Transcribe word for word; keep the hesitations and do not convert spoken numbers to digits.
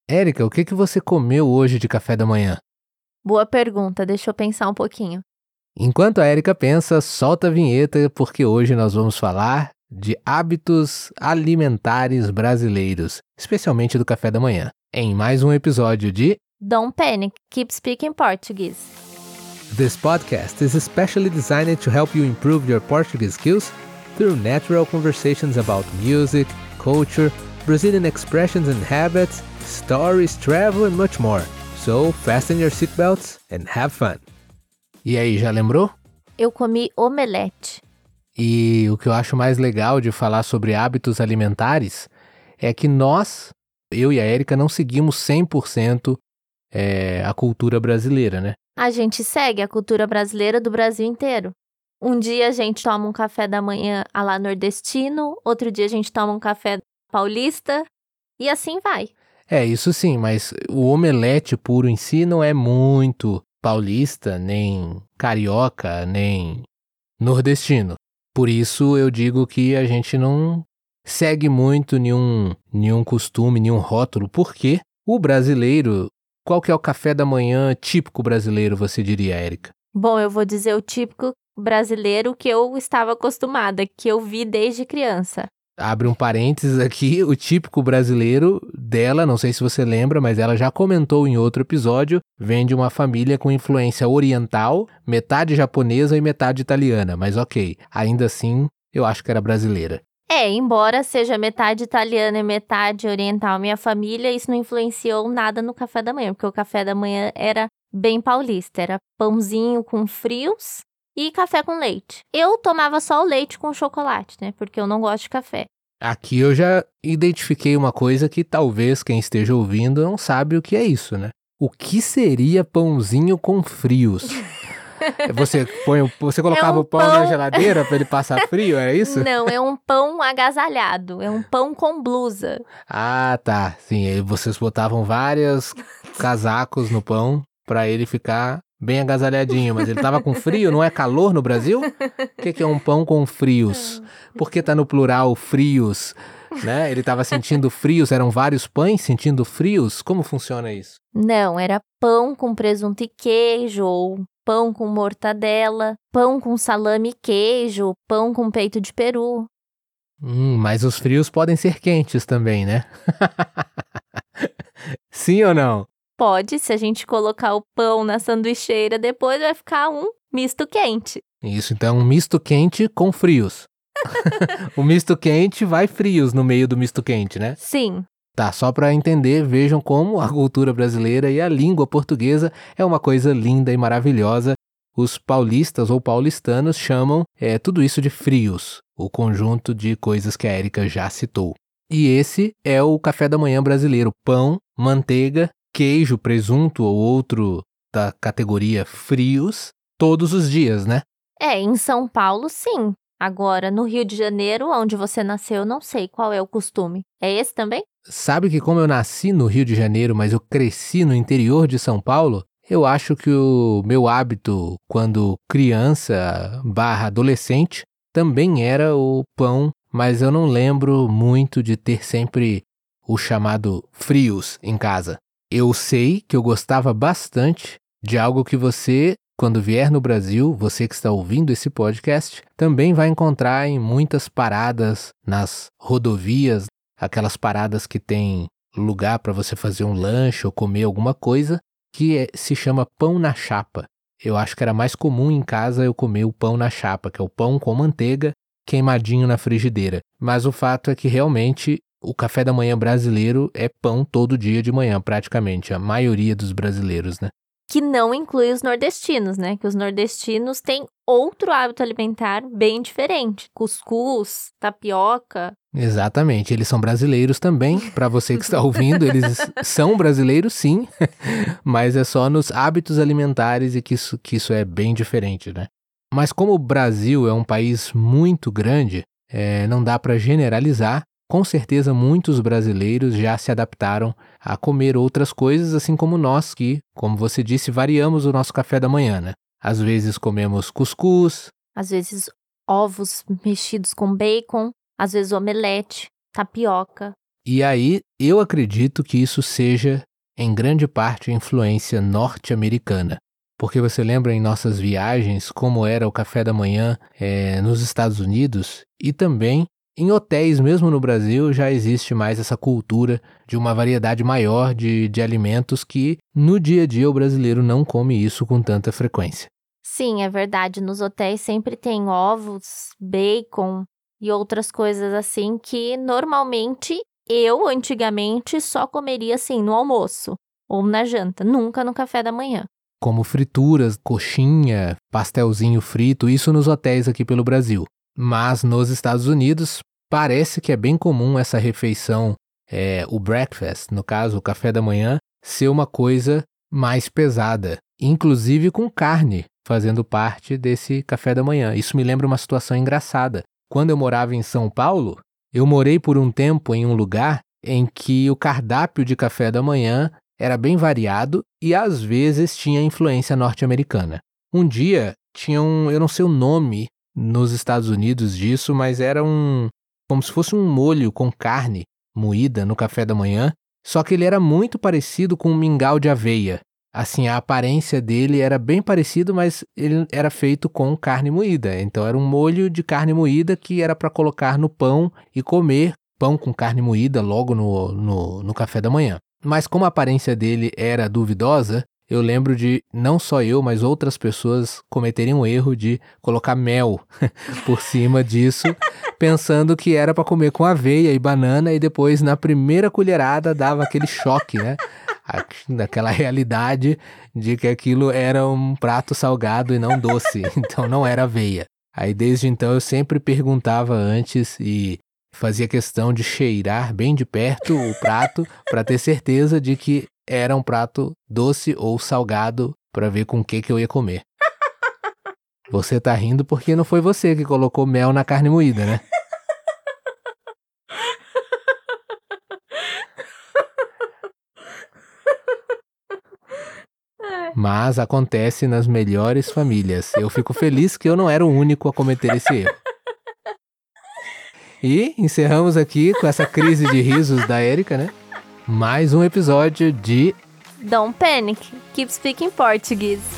Érica, o que, que você comeu hoje de café da manhã? Boa pergunta, deixa eu pensar um pouquinho. Enquanto a Érica pensa, solta a vinheta, porque hoje nós vamos falar de hábitos alimentares brasileiros, especialmente do café da manhã, em mais um episódio de Don't panic, keep speaking Portuguese. This podcast is especially designed to help you improve your Portuguese skills through natural conversations about music, culture, Brazilian expressions and habits, stories, travel and much more. So, fasten your seatbelts and have fun. E aí, já lembrou? Eu comi omelete. E o que eu acho mais legal de falar sobre hábitos alimentares é que nós, eu e a Érica, não seguimos cem por cento é, a cultura brasileira, né? A gente segue a cultura brasileira do Brasil inteiro. Um dia a gente toma um café da manhã à la nordestino, outro dia a gente toma um café paulista e assim vai. É, isso sim, mas o omelete puro em si não é muito paulista, nem carioca, nem nordestino. Por isso eu digo que a gente não segue muito nenhum, nenhum costume, nenhum rótulo, porque o brasileiro, qual que é o café da manhã típico brasileiro, você diria, Érica? Bom, eu vou dizer o típico brasileiro que eu estava acostumada, que eu vi desde criança. Abre um parênteses aqui, o típico brasileiro dela, não sei se você lembra, mas ela já comentou em outro episódio, vem de uma família com influência oriental, metade japonesa e metade italiana, mas ok, ainda assim eu acho que era brasileira. É, embora seja metade italiana e metade oriental minha família, isso não influenciou nada no café da manhã, porque o café da manhã era bem paulista, era pãozinho com frios e café com leite. Eu tomava só o leite com chocolate, né? Porque eu não gosto de café. Aqui eu já identifiquei uma coisa que talvez quem esteja ouvindo não sabe o que é isso, né? O que seria pãozinho com frios? Você, põe, você colocava É um o pão, pão na geladeira para ele passar frio, é isso? Não, é um pão agasalhado, é um pão com blusa. Ah, tá. Sim, aí vocês botavam vários casacos no pão para ele ficar bem agasalhadinho, mas ele tava com frio, não é calor no Brasil? O que, que é um pão com frios? Por que tá no plural frios? Né? Ele tava sentindo frios, eram vários pães sentindo frios? Como funciona isso? Não, era pão com presunto e queijo, ou pão com mortadela, pão com salame e queijo, pão com peito de peru. Hum, mas os frios podem ser quentes também, né? Sim ou não? Pode, se a gente colocar o pão na sanduicheira, depois vai ficar um misto quente. Isso, então um misto quente com frios. O misto quente vai frios no meio do misto quente, né? Sim. Tá, só para entender, vejam como a cultura brasileira e a língua portuguesa é uma coisa linda e maravilhosa. Os paulistas ou paulistanos chamam é, tudo isso de frios, o conjunto de coisas que a Érica já citou. E esse é o café da manhã brasileiro: pão, manteiga, queijo, presunto ou outro da categoria frios, todos os dias, né? É, em São Paulo, sim. Agora, no Rio de Janeiro, onde você nasceu, não sei qual é o costume. É esse também? Sabe que como eu nasci no Rio de Janeiro, mas eu cresci no interior de São Paulo, eu acho que o meu hábito quando criança barra adolescente também era o pão, mas eu não lembro muito de ter sempre o chamado frios em casa. Eu sei que eu gostava bastante de algo que você, quando vier no Brasil, você que está ouvindo esse podcast, também vai encontrar em muitas paradas nas rodovias, aquelas paradas que tem lugar para você fazer um lanche ou comer alguma coisa, que é, se chama pão na chapa. Eu acho que era mais comum em casa eu comer o pão na chapa, que é o pão com manteiga queimadinho na frigideira. Mas o fato é que realmente o café da manhã brasileiro é pão todo dia de manhã, praticamente, a maioria dos brasileiros, né? Que não inclui os nordestinos, né? Que os nordestinos têm outro hábito alimentar bem diferente. Cuscuz, tapioca. Exatamente, eles são brasileiros também. Para você que está ouvindo, eles são brasileiros sim, mas é só nos hábitos alimentares e que isso, que isso é bem diferente, né? Mas como o Brasil é um país muito grande, é, não dá para generalizar. Com certeza muitos brasileiros já se adaptaram a comer outras coisas, assim como nós que, como você disse, variamos o nosso café da manhã, né? Às vezes comemos cuscuz. Às vezes ovos mexidos com bacon. Às vezes omelete, tapioca. E aí, eu acredito que isso seja, em grande parte, influência norte-americana. Porque você lembra em nossas viagens como era o café da manhã é, nos Estados Unidos e também em hotéis, mesmo no Brasil, já existe mais essa cultura de uma variedade maior de, de alimentos que no dia a dia o brasileiro não come isso com tanta frequência. Sim, é verdade. Nos hotéis sempre tem ovos, bacon e outras coisas assim que normalmente eu, antigamente, só comeria assim no almoço ou na janta, nunca no café da manhã. Como frituras, coxinha, pastelzinho frito, isso nos hotéis aqui pelo Brasil. Mas nos Estados Unidos, parece que é bem comum essa refeição, é, o breakfast, no caso, o café da manhã, ser uma coisa mais pesada, inclusive com carne fazendo parte desse café da manhã. Isso me lembra uma situação engraçada. Quando eu morava em São Paulo, eu morei por um tempo em um lugar em que o cardápio de café da manhã era bem variado e às vezes tinha influência norte-americana. Um dia tinha um, eu não sei o nome nos Estados Unidos disso, mas era um, como se fosse um molho com carne moída no café da manhã, só que ele era muito parecido com um mingau de aveia. Assim, a aparência dele era bem parecido, mas ele era feito com carne moída. Então era um molho de carne moída que era para colocar no pão e comer pão com carne moída logo no, no, no café da manhã. Mas como a aparência dele era duvidosa, eu lembro de não só eu, mas outras pessoas cometerem o erro de colocar mel por cima disso, pensando que era para comer com aveia e banana e depois na primeira colherada dava aquele choque, né? Daquela realidade de que aquilo era um prato salgado e não doce, então não era aveia. Aí desde então eu sempre perguntava antes e fazia questão de cheirar bem de perto o prato para ter certeza de que era um prato doce ou salgado para ver com o que, que eu ia comer. Você tá rindo porque não foi você que colocou mel na carne moída, né? Mas acontece nas melhores famílias. Eu fico feliz que eu não era o único a cometer esse erro. E encerramos aqui com essa crise de risos da Érica, né? Mais um episódio de Don't panic, keep speaking Portuguese.